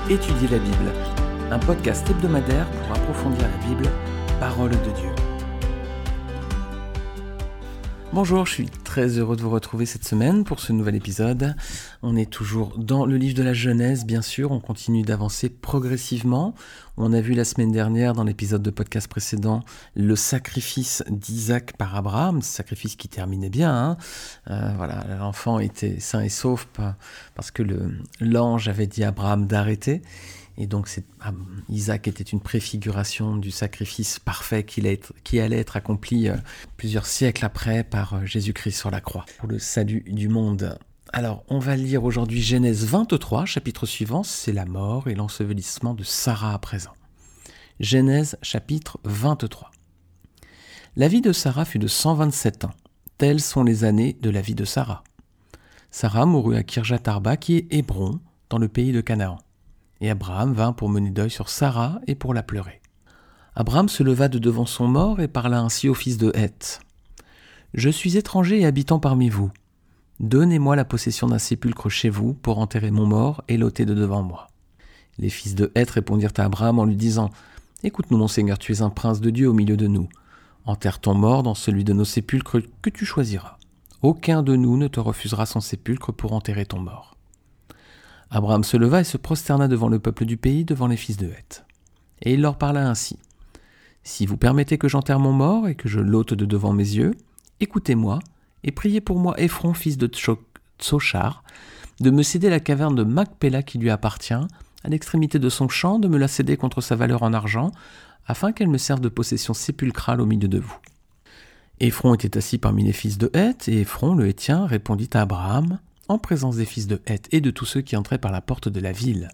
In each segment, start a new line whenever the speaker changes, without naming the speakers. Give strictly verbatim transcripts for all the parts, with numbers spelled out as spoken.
Étudier la Bible, un podcast hebdomadaire pour approfondir la Bible, parole de Dieu. Bonjour, je suis très heureux de vous retrouver cette semaine pour ce nouvel épisode. On est toujours dans le livre de la Genèse, bien sûr, on continue d'avancer progressivement. On a vu la semaine dernière, dans l'épisode de podcast précédent, le sacrifice d'Isaac par Abraham, sacrifice qui terminait bien. Hein. Euh, voilà, l'enfant était sain et sauf parce que le, l'ange avait dit à Abraham d'arrêter. Et donc c'est, Isaac était une préfiguration du sacrifice parfait qui allait être, qui allait être accompli euh, plusieurs siècles après par euh, Jésus-Christ sur la croix, pour le salut du monde. Alors on va lire aujourd'hui Genèse vingt-trois, chapitre suivant, c'est la mort et l'ensevelissement de Sarah à présent. Genèse chapitre vingt-trois. La vie de Sarah fut de cent vingt-sept ans. Telles sont les années de la vie de Sarah. Sarah mourut à Kirjat Arba, qui est Hébron, dans le pays de Canaan. Et Abraham vint pour mener deuil sur Sarah et pour la pleurer. Abraham se leva de devant son mort et parla ainsi au fils de Heth. « Je suis étranger et habitant parmi vous. Donnez-moi la possession d'un sépulcre chez vous pour enterrer mon mort et l'ôter de devant moi. » Les fils de Heth répondirent à Abraham en lui disant « Écoute-nous, mon Seigneur, tu es un prince de Dieu au milieu de nous. Enterre ton mort dans celui de nos sépulcres que tu choisiras. Aucun de nous ne te refusera son sépulcre pour enterrer ton mort. » Abraham se leva et se prosterna devant le peuple du pays, devant les fils de Heth. Et il leur parla ainsi. « Si vous permettez que j'enterre mon mort et que je l'ôte de devant mes yeux, écoutez-moi et priez pour moi Éphron, fils de Tsochar, de me céder la caverne de Macpéla qui lui appartient, à l'extrémité de son champ, de me la céder contre sa valeur en argent, afin qu'elle me serve de possession sépulcrale au milieu de vous. » Éphron était assis parmi les fils de Heth, et Éphron, le Héthien, répondit à Abraham, en présence des fils de Heth et de tous ceux qui entraient par la porte de la ville.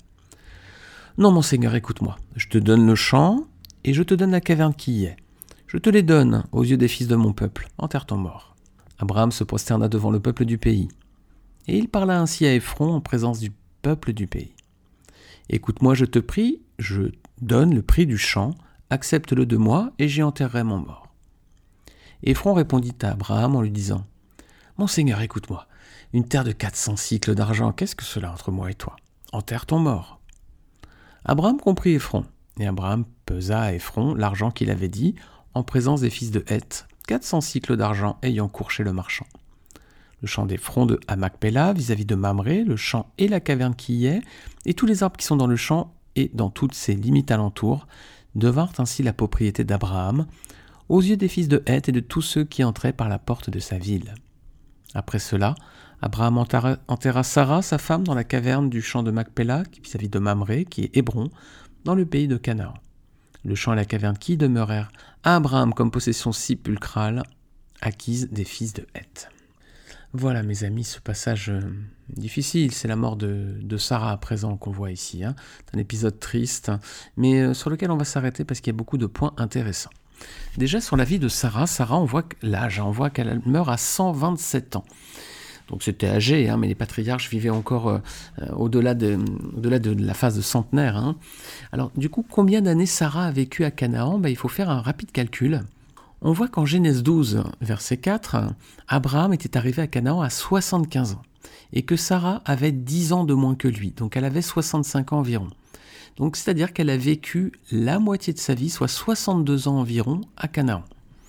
« Non, mon Seigneur, écoute-moi. Je te donne le champ, et je te donne la caverne qui y est. Je te les donne aux yeux des fils de mon peuple. Enterre ton mort. » Abraham se prosterna devant le peuple du pays. Et il parla ainsi à Éphron en présence du peuple du pays. « Écoute-moi, je te prie, je donne le prix du champ, accepte-le de moi, et j'y enterrerai mon mort. » Éphron répondit à Abraham en lui disant « Mon Seigneur, écoute-moi. Une terre de quatre cents cycles d'argent, qu'est-ce que cela entre moi et toi? Enterre ton mort. » Abraham comprit Éphron, et Abraham pesa à Éphron l'argent qu'il avait dit, en présence des fils de Heth, quatre cents cycles d'argent ayant cours chez le marchand. Le champ d'Éphron de Macpéla, vis-à-vis de Mamré, le champ et la caverne qui y est, et tous les arbres qui sont dans le champ et dans toutes ses limites alentours, devinrent ainsi la propriété d'Abraham, aux yeux des fils de Heth et de tous ceux qui entraient par la porte de sa ville. Après cela, Abraham enterra, enterra Sarah, sa femme, dans la caverne du champ de Macpéla, vis-à-vis de Mamré, qui est Hébron, dans le pays de Canaan. Le champ et la caverne qui demeurèrent à Abraham comme possession sépulcrale acquise des fils de Heth. Voilà, mes amis, ce passage euh, difficile, c'est la mort de, de Sarah à présent qu'on voit ici. Hein. C'est un épisode triste, mais euh, sur lequel on va s'arrêter parce qu'il y a beaucoup de points intéressants. Déjà, sur la vie de Sarah, Sarah, on voit l'âge, on voit qu'elle meurt à cent vingt-sept ans. Donc c'était âgé, hein, mais les patriarches vivaient encore euh, au-delà, de, au-delà de la phase de centenaire. Hein. Alors du coup, combien d'années Sarah a vécu à Canaan? Ben, il faut faire un rapide calcul. On voit qu'en Genèse douze, verset quatre, Abraham était arrivé à Canaan à soixante-quinze ans, et que Sarah avait dix ans de moins que lui, donc elle avait soixante-cinq ans environ. Donc c'est-à-dire qu'elle a vécu la moitié de sa vie, soit soixante-deux ans environ, à Canaan.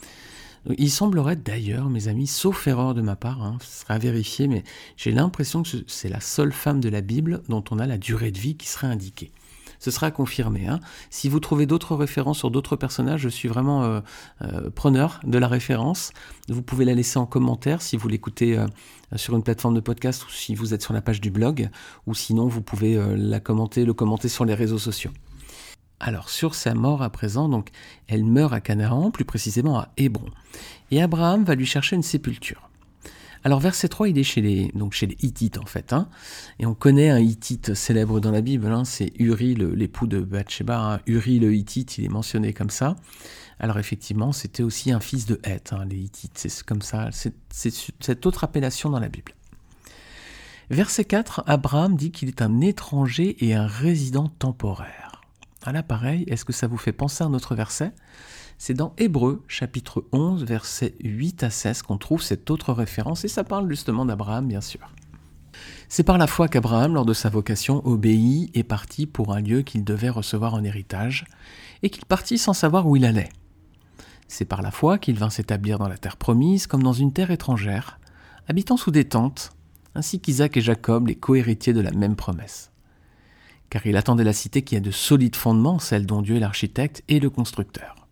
Il semblerait d'ailleurs, mes amis, sauf erreur de ma part, hein, ce sera à vérifier, mais j'ai l'impression que c'est la seule femme de la Bible dont on a la durée de vie qui serait indiquée. Ce sera confirmé. Hein. Si vous trouvez d'autres références sur d'autres personnages, je suis vraiment euh, euh, preneur de la référence. Vous pouvez la laisser en commentaire si vous l'écoutez euh, sur une plateforme de podcast ou si vous êtes sur la page du blog, ou sinon vous pouvez euh, la commenter, le commenter sur les réseaux sociaux. Alors, sur sa mort à présent, donc, elle meurt à Canaan, plus précisément à Hébron. Et Abraham va lui chercher une sépulture. Alors, verset trois, il est chez les, donc chez les Hittites, en fait. Hein, et on connaît un Hittite célèbre dans la Bible, hein, c'est Uri, le, l'époux de Bathsheba. Hein, Uri le Hittite, il est mentionné comme ça. Alors, effectivement, c'était aussi un fils de Heth, hein, les Hittites. C'est comme ça, c'est, c'est cette autre appellation dans la Bible. Verset quatre, Abraham dit qu'il est un étranger et un résident temporaire. Ah là, pareil, est-ce que ça vous fait penser à un autre verset? C'est dans Hébreux, chapitre onze, versets huit à seize, qu'on trouve cette autre référence, et ça parle justement d'Abraham, bien sûr. C'est par la foi qu'Abraham, lors de sa vocation, obéit et partit pour un lieu qu'il devait recevoir en héritage, et qu'il partit sans savoir où il allait. C'est par la foi qu'il vint s'établir dans la terre promise, comme dans une terre étrangère, habitant sous des tentes, ainsi qu'Isaac et Jacob, les co-héritiers de la même promesse. Car il attendait la cité qui a de solides fondements, celle dont Dieu est l'architecte et le constructeur.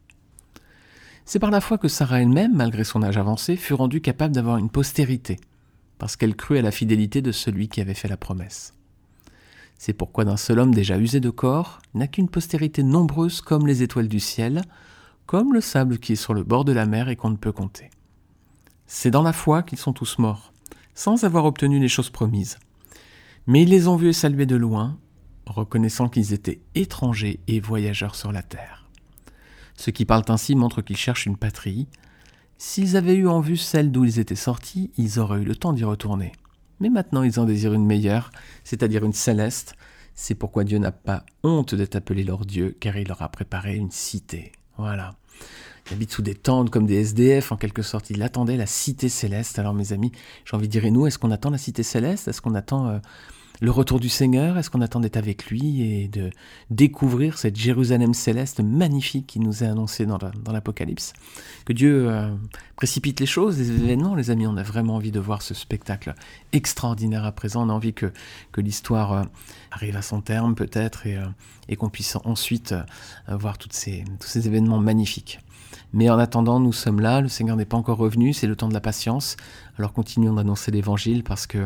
C'est par la foi que Sarah elle-même, malgré son âge avancé, fut rendue capable d'avoir une postérité, parce qu'elle crut à la fidélité de celui qui avait fait la promesse. C'est pourquoi d'un seul homme déjà usé de corps, n'a qu'une postérité nombreuse comme les étoiles du ciel, comme le sable qui est sur le bord de la mer et qu'on ne peut compter. C'est dans la foi qu'ils sont tous morts, sans avoir obtenu les choses promises. Mais ils les ont vus et salués de loin, reconnaissant qu'ils étaient étrangers et voyageurs sur la terre. Ceux qui parlent ainsi montrent qu'ils cherchent une patrie. S'ils avaient eu en vue celle d'où ils étaient sortis, ils auraient eu le temps d'y retourner. Mais maintenant ils en désirent une meilleure, c'est-à-dire une céleste. C'est pourquoi Dieu n'a pas honte d'être appelé leur Dieu, car il leur a préparé une cité. Voilà. Ils habitent sous des tentes comme des S D F, en quelque sorte. Ils attendaient la cité céleste. Alors mes amis, j'ai envie de dire, et nous, est-ce qu'on attend la cité céleste ? Est-ce qu'on attend euh, le retour du Seigneur ? Est-ce qu'on attend d'être avec lui et de découvrir cette Jérusalem céleste magnifique qui nous est annoncée dans, la, dans l'Apocalypse ? Que Dieu euh, précipite les choses, les événements, les amis. On a vraiment envie de voir ce spectacle extraordinaire à présent. On a envie que, que l'histoire euh, arrive à son terme peut-être et, euh, et qu'on puisse ensuite euh, voir toutes ces, tous ces événements magnifiques. Mais en attendant, nous sommes là, le Seigneur n'est pas encore revenu, c'est le temps de la patience. Alors continuons d'annoncer l'Évangile parce que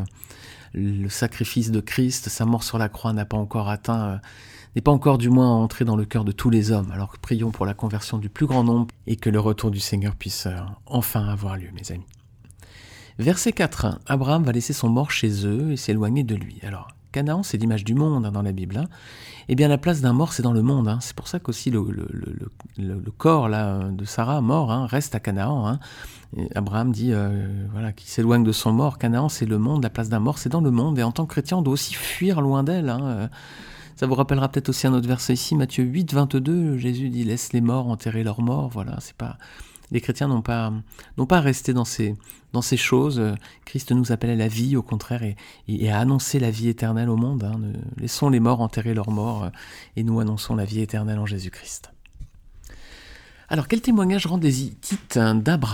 le sacrifice de Christ, sa mort sur la croix n'a pas encore atteint, euh, n'est pas encore du moins entré dans le cœur de tous les hommes. Alors prions pour la conversion du plus grand nombre et que le retour du Seigneur puisse euh, enfin avoir lieu, mes amis. Verset quatre. Abraham va laisser son mort chez eux et s'éloigner de lui. Alors, Canaan, c'est l'image du monde hein, dans la Bible. Hein. Eh bien, la place d'un mort, c'est dans le monde. Hein. C'est pour ça qu'aussi le, le, le, le, le corps là, de Sarah, mort, hein, reste à Canaan. Hein. Et Abraham dit euh, voilà, qu'il s'éloigne de son mort. Canaan, c'est le monde, la place d'un mort, c'est dans le monde. Et en tant que chrétien, on doit aussi fuir loin d'elle. Hein. Ça vous rappellera peut-être aussi un autre verset ici, Matthieu huit, vingt-deux. Jésus dit « Laisse les morts enterrer leurs morts ». Voilà, c'est pas... Les chrétiens n'ont pas, n'ont pas à rester dans ces, dans ces choses. Christ nous appelle à la vie, au contraire, et, et à annoncer la vie éternelle au monde. Hein. Laissons les morts enterrer leurs morts, et nous annonçons la vie éternelle en Jésus-Christ. Alors, quel témoignage rendent les Hittites d'Abraham ?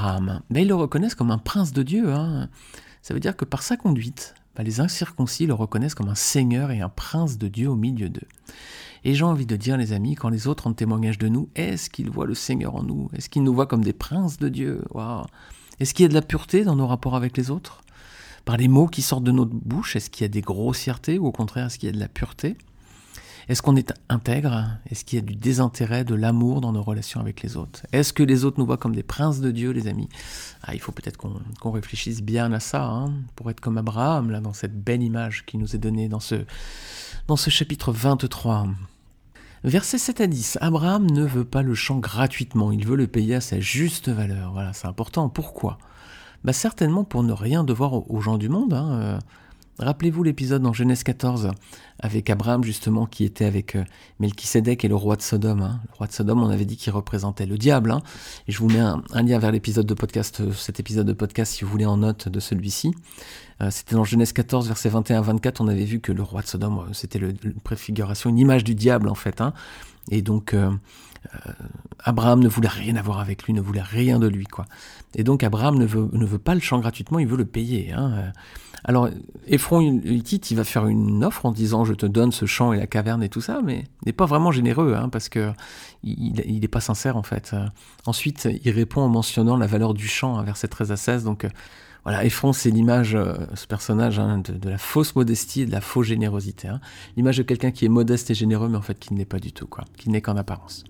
Ben, ils le reconnaissent comme un prince de Dieu. Hein. Ça veut dire que par sa conduite, ben, les incirconcis le reconnaissent comme un seigneur et un prince de Dieu au milieu d'eux. Et j'ai envie de dire, les amis, quand les autres rendent témoignage de nous, est-ce qu'ils voient le Seigneur en nous ? Est-ce qu'ils nous voient comme des princes de Dieu ? Waouh ! Est-ce qu'il y a de la pureté dans nos rapports avec les autres ? Par les mots qui sortent de notre bouche, est-ce qu'il y a des grossièretés ou au contraire, est-ce qu'il y a de la pureté ? Est-ce qu'on est intègre ? Est-ce qu'il y a du désintérêt, de l'amour dans nos relations avec les autres ? Est-ce que les autres nous voient comme des princes de Dieu, les amis ? Ah, il faut peut-être qu'on, qu'on réfléchisse bien à ça, hein, pour être comme Abraham, là, dans cette belle image qui nous est donnée dans ce, dans ce chapitre vingt-trois. Versets sept à dix, Abraham ne veut pas le champ gratuitement, il veut le payer à sa juste valeur. Voilà, c'est important. Pourquoi ? Bah, certainement pour ne rien devoir aux gens du monde. Hein. Euh, rappelez-vous l'épisode dans Genèse quatorze, avec Abraham justement, qui était avec euh, Melchisédek et le roi de Sodome. Hein. Le roi de Sodome, on avait dit qu'il représentait le diable. Hein. Et je vous mets un, un lien vers l'épisode de podcast, euh, cet épisode de podcast, si vous voulez, en note de celui-ci. Euh, c'était dans Genèse quatorze, versets vingt et un à vingt-quatre, on avait vu que le roi de Sodome, euh, c'était le, une préfiguration, une image du diable en fait. Hein. Et donc, euh, euh, Abraham ne voulait rien avoir avec lui, ne voulait rien de lui, quoi. Et donc, Abraham ne veut, ne veut pas le champ gratuitement, il veut le payer. Hein. Alors, Ephron, Hittite, il va faire une offre en disant « Je te donne ce champ et la caverne et tout ça », mais il n'est pas vraiment généreux, hein, parce que il n'est pas sincère, en fait. Ensuite, il répond en mentionnant la valeur du champ, hein, versets treize à seize, donc... Voilà, Ephron, c'est l'image, euh, ce personnage, hein, de, de la fausse modestie et de la fausse générosité. Hein. L'image de quelqu'un qui est modeste et généreux, mais en fait qui ne l'est pas du tout, quoi, qui n'est qu'en apparence.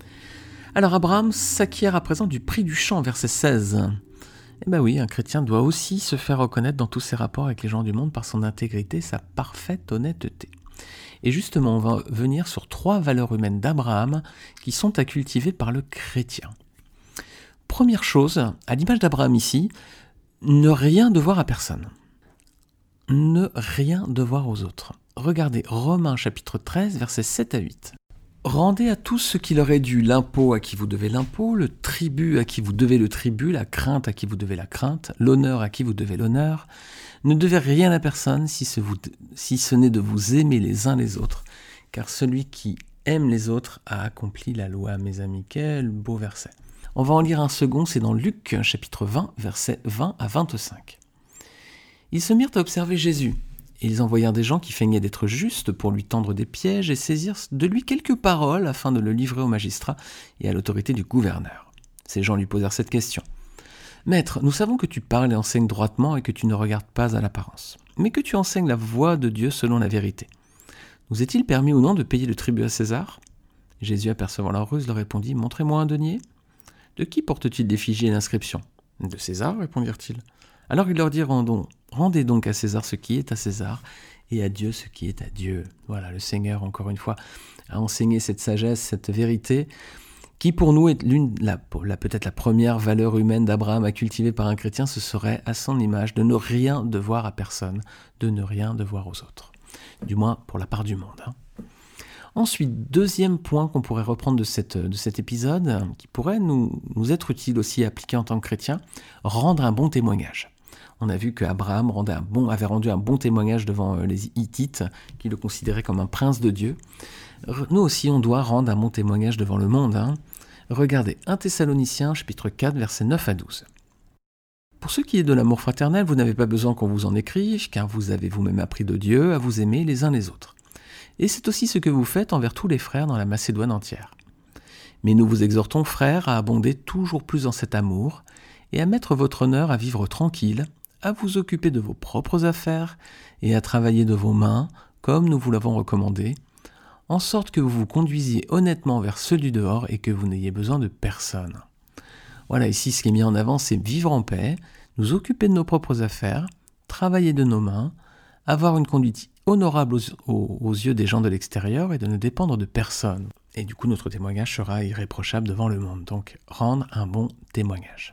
Alors Abraham s'acquiert à présent du prix du champ, verset seize. Eh bien oui, un chrétien doit aussi se faire reconnaître dans tous ses rapports avec les gens du monde par son intégrité, sa parfaite honnêteté. Et justement, on va venir sur trois valeurs humaines d'Abraham qui sont à cultiver par le chrétien. Première chose, à l'image d'Abraham ici, ne rien devoir à personne. Ne rien devoir aux autres. Regardez Romains chapitre treize, versets sept à huit. Rendez à tous ce qui leur est dû, l'impôt à qui vous devez l'impôt, le tribut à qui vous devez le tribut, la crainte à qui vous devez la crainte, l'honneur à qui vous devez l'honneur. Ne devez rien à personne si ce, vous, si ce n'est de vous aimer les uns les autres, car celui qui aime les autres a accompli la loi, mes amis. Quel beau verset. On va en lire un second, c'est dans Luc, chapitre vingt, versets vingt à vingt-cinq. Ils se mirent à observer Jésus. Et ils envoyèrent des gens qui feignaient d'être justes pour lui tendre des pièges et saisirent de lui quelques paroles afin de le livrer au magistrat et à l'autorité du gouverneur. Ces gens lui posèrent cette question. « Maître, nous savons que tu parles et enseignes droitement et que tu ne regardes pas à l'apparence, mais que tu enseignes la voie de Dieu selon la vérité. Nous est-il permis ou non de payer le tribut à César ?» Jésus, apercevant leur ruse, leur répondit « Montrez-moi un denier. » « De qui porte-t-il l'effigie et l'inscription ?»« De César, répondirent-ils. » Alors il leur dit « Rendons, rendez donc à César ce qui est à César, et à Dieu ce qui est à Dieu. » Voilà, le Seigneur, encore une fois, a enseigné cette sagesse, cette vérité, qui pour nous est l'une, la, la, peut-être la première valeur humaine d'Abraham à cultiver par un chrétien, ce serait à son image de ne rien devoir à personne, de ne rien devoir aux autres. Du moins pour la part du monde. Hein. Ensuite, deuxième point qu'on pourrait reprendre de, cette, de cet épisode, qui pourrait nous, nous être utile aussi à appliquer en tant que chrétien, rendre un bon témoignage. On a vu qu'Abraham rendait un bon, avait rendu un bon témoignage devant les Hittites, qui le considéraient comme un prince de Dieu. Nous aussi, on doit rendre un bon témoignage devant le monde. Hein. Regardez, un Thessaloniciens, chapitre quatre, versets neuf à douze. Pour ce qui est de l'amour fraternel, vous n'avez pas besoin qu'on vous en écrive, car vous avez vous-même appris de Dieu à vous aimer les uns les autres. Et c'est aussi ce que vous faites envers tous les frères dans la Macédoine entière. Mais nous vous exhortons, frères, à abonder toujours plus dans cet amour, et à mettre votre honneur à vivre tranquille, à vous occuper de vos propres affaires, et à travailler de vos mains, comme nous vous l'avons recommandé, en sorte que vous vous conduisiez honnêtement vers ceux du dehors et que vous n'ayez besoin de personne. Voilà, ici, ce qui est mis en avant, c'est vivre en paix, nous occuper de nos propres affaires, travailler de nos mains, avoir une conduite honorable aux, aux, aux yeux des gens de l'extérieur et de ne dépendre de personne. Et du coup, notre témoignage sera irréprochable devant le monde. Donc, rendre un bon témoignage.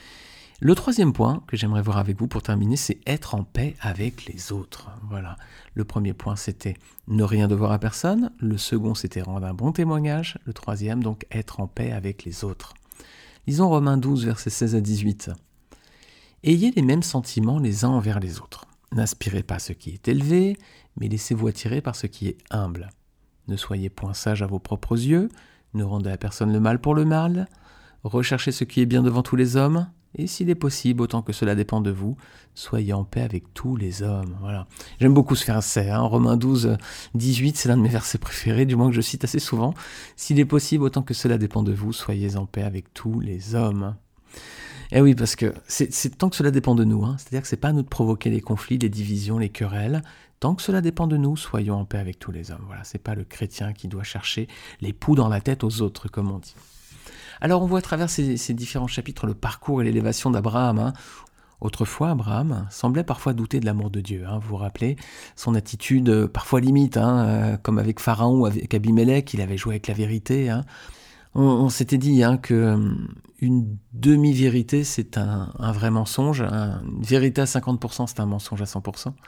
Le troisième point que j'aimerais voir avec vous pour terminer, c'est être en paix avec les autres. Voilà. Le premier point, c'était ne rien devoir à personne. Le second, c'était rendre un bon témoignage. Le troisième, donc, être en paix avec les autres. Lisons Romains douze, versets seize à dix-huit. « Ayez les mêmes sentiments les uns envers les autres. N'aspirez pas ce qui est élevé, mais laissez-vous attirer par ce qui est humble. Ne soyez point sages à vos propres yeux, ne rendez à personne le mal pour le mal, recherchez ce qui est bien devant tous les hommes, et s'il est possible, autant que cela dépend de vous, soyez en paix avec tous les hommes. » Voilà. J'aime beaucoup ce verset, hein. Romains douze, dix-huit, c'est l'un de mes versets préférés, du moins que je cite assez souvent. « S'il est possible, autant que cela dépend de vous, soyez en paix avec tous les hommes. » Eh oui, parce que c'est, c'est tant que cela dépend de nous, hein. C'est-à-dire que c'est pas à nous de provoquer les conflits, les divisions, les querelles. Tant que cela dépend de nous, soyons en paix avec tous les hommes. Voilà, c'est pas le chrétien qui doit chercher les poux dans la tête aux autres, comme on dit. Alors on voit à travers ces, ces différents chapitres le parcours et l'élévation d'Abraham. Hein. Autrefois, Abraham semblait parfois douter de l'amour de Dieu. Hein. Vous vous rappelez son attitude euh, parfois limite, hein, euh, comme avec Pharaon ou avec Abimelech, il avait joué avec la vérité. Hein. On, on s'était dit hein, qu'une demi-vérité, c'est un, un vrai mensonge. Hein. Une vérité à cinquante pour cent, c'est un mensonge à cent pour cent.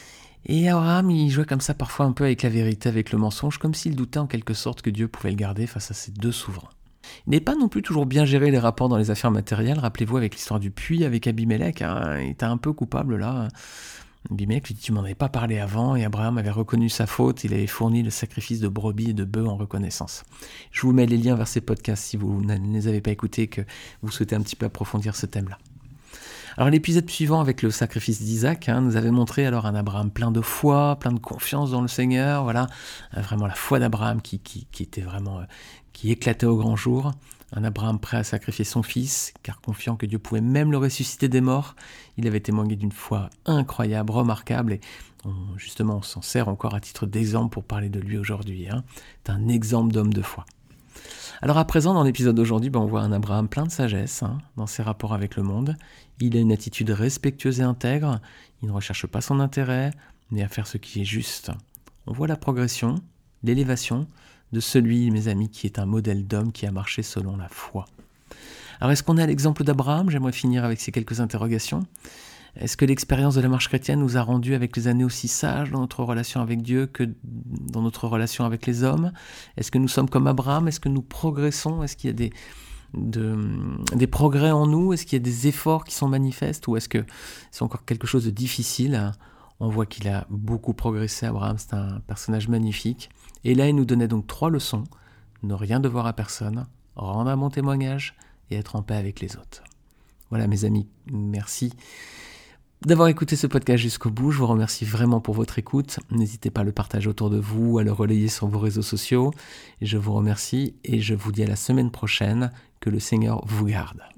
Et Abraham, il jouait comme ça parfois un peu avec la vérité, avec le mensonge, comme s'il doutait en quelque sorte que Dieu pouvait le garder face à ces deux souverains. Il n'est pas non plus toujours bien géré les rapports dans les affaires matérielles. Rappelez-vous avec l'histoire du puits avec Abimelech, hein, il était un peu coupable là. Abimelech lui dit « Tu m'en avais pas parlé avant » et Abraham avait reconnu sa faute, il avait fourni le sacrifice de brebis et de bœufs en reconnaissance. Je vous mets les liens vers ces podcasts si vous ne les avez pas écoutés et que vous souhaitez un petit peu approfondir ce thème-là. Alors l'épisode suivant avec le sacrifice d'Isaac hein, nous avait montré alors un Abraham plein de foi, plein de confiance dans le Seigneur, voilà, vraiment la foi d'Abraham qui, qui, qui était vraiment, euh, qui éclatait au grand jour. Un Abraham prêt à sacrifier son fils, car confiant que Dieu pouvait même le ressusciter des morts. Il avait témoigné d'une foi incroyable, remarquable, et on, justement on s'en sert encore à titre d'exemple pour parler de lui aujourd'hui. Hein. C'est un exemple d'homme de foi. Alors à présent, dans l'épisode d'aujourd'hui, ben, on voit un Abraham plein de sagesse hein, dans ses rapports avec le monde. Il a une attitude respectueuse et intègre, il ne recherche pas son intérêt, mais à faire ce qui est juste. On voit la progression, l'élévation, de celui, mes amis, qui est un modèle d'homme qui a marché selon la foi. Alors, est-ce qu'on est à l'exemple d'Abraham ? J'aimerais finir avec ces quelques interrogations. Est-ce que l'expérience de la marche chrétienne nous a rendus avec les années aussi sages dans notre relation avec Dieu que dans notre relation avec les hommes ? Est-ce que nous sommes comme Abraham ? Est-ce que nous progressons ? Est-ce qu'il y a des, de, des progrès en nous ? Est-ce qu'il y a des efforts qui sont manifestes ? Ou est-ce que c'est encore quelque chose de difficile ? On voit qu'il a beaucoup progressé, Abraham, c'est un personnage magnifique. Et là, il nous donnait donc trois leçons. Ne rien devoir à personne, rendre un bon témoignage et être en paix avec les autres. Voilà mes amis, merci d'avoir écouté ce podcast jusqu'au bout. Je vous remercie vraiment pour votre écoute. N'hésitez pas à le partager autour de vous, à le relayer sur vos réseaux sociaux. Je vous remercie et je vous dis à la semaine prochaine. Que le Seigneur vous garde.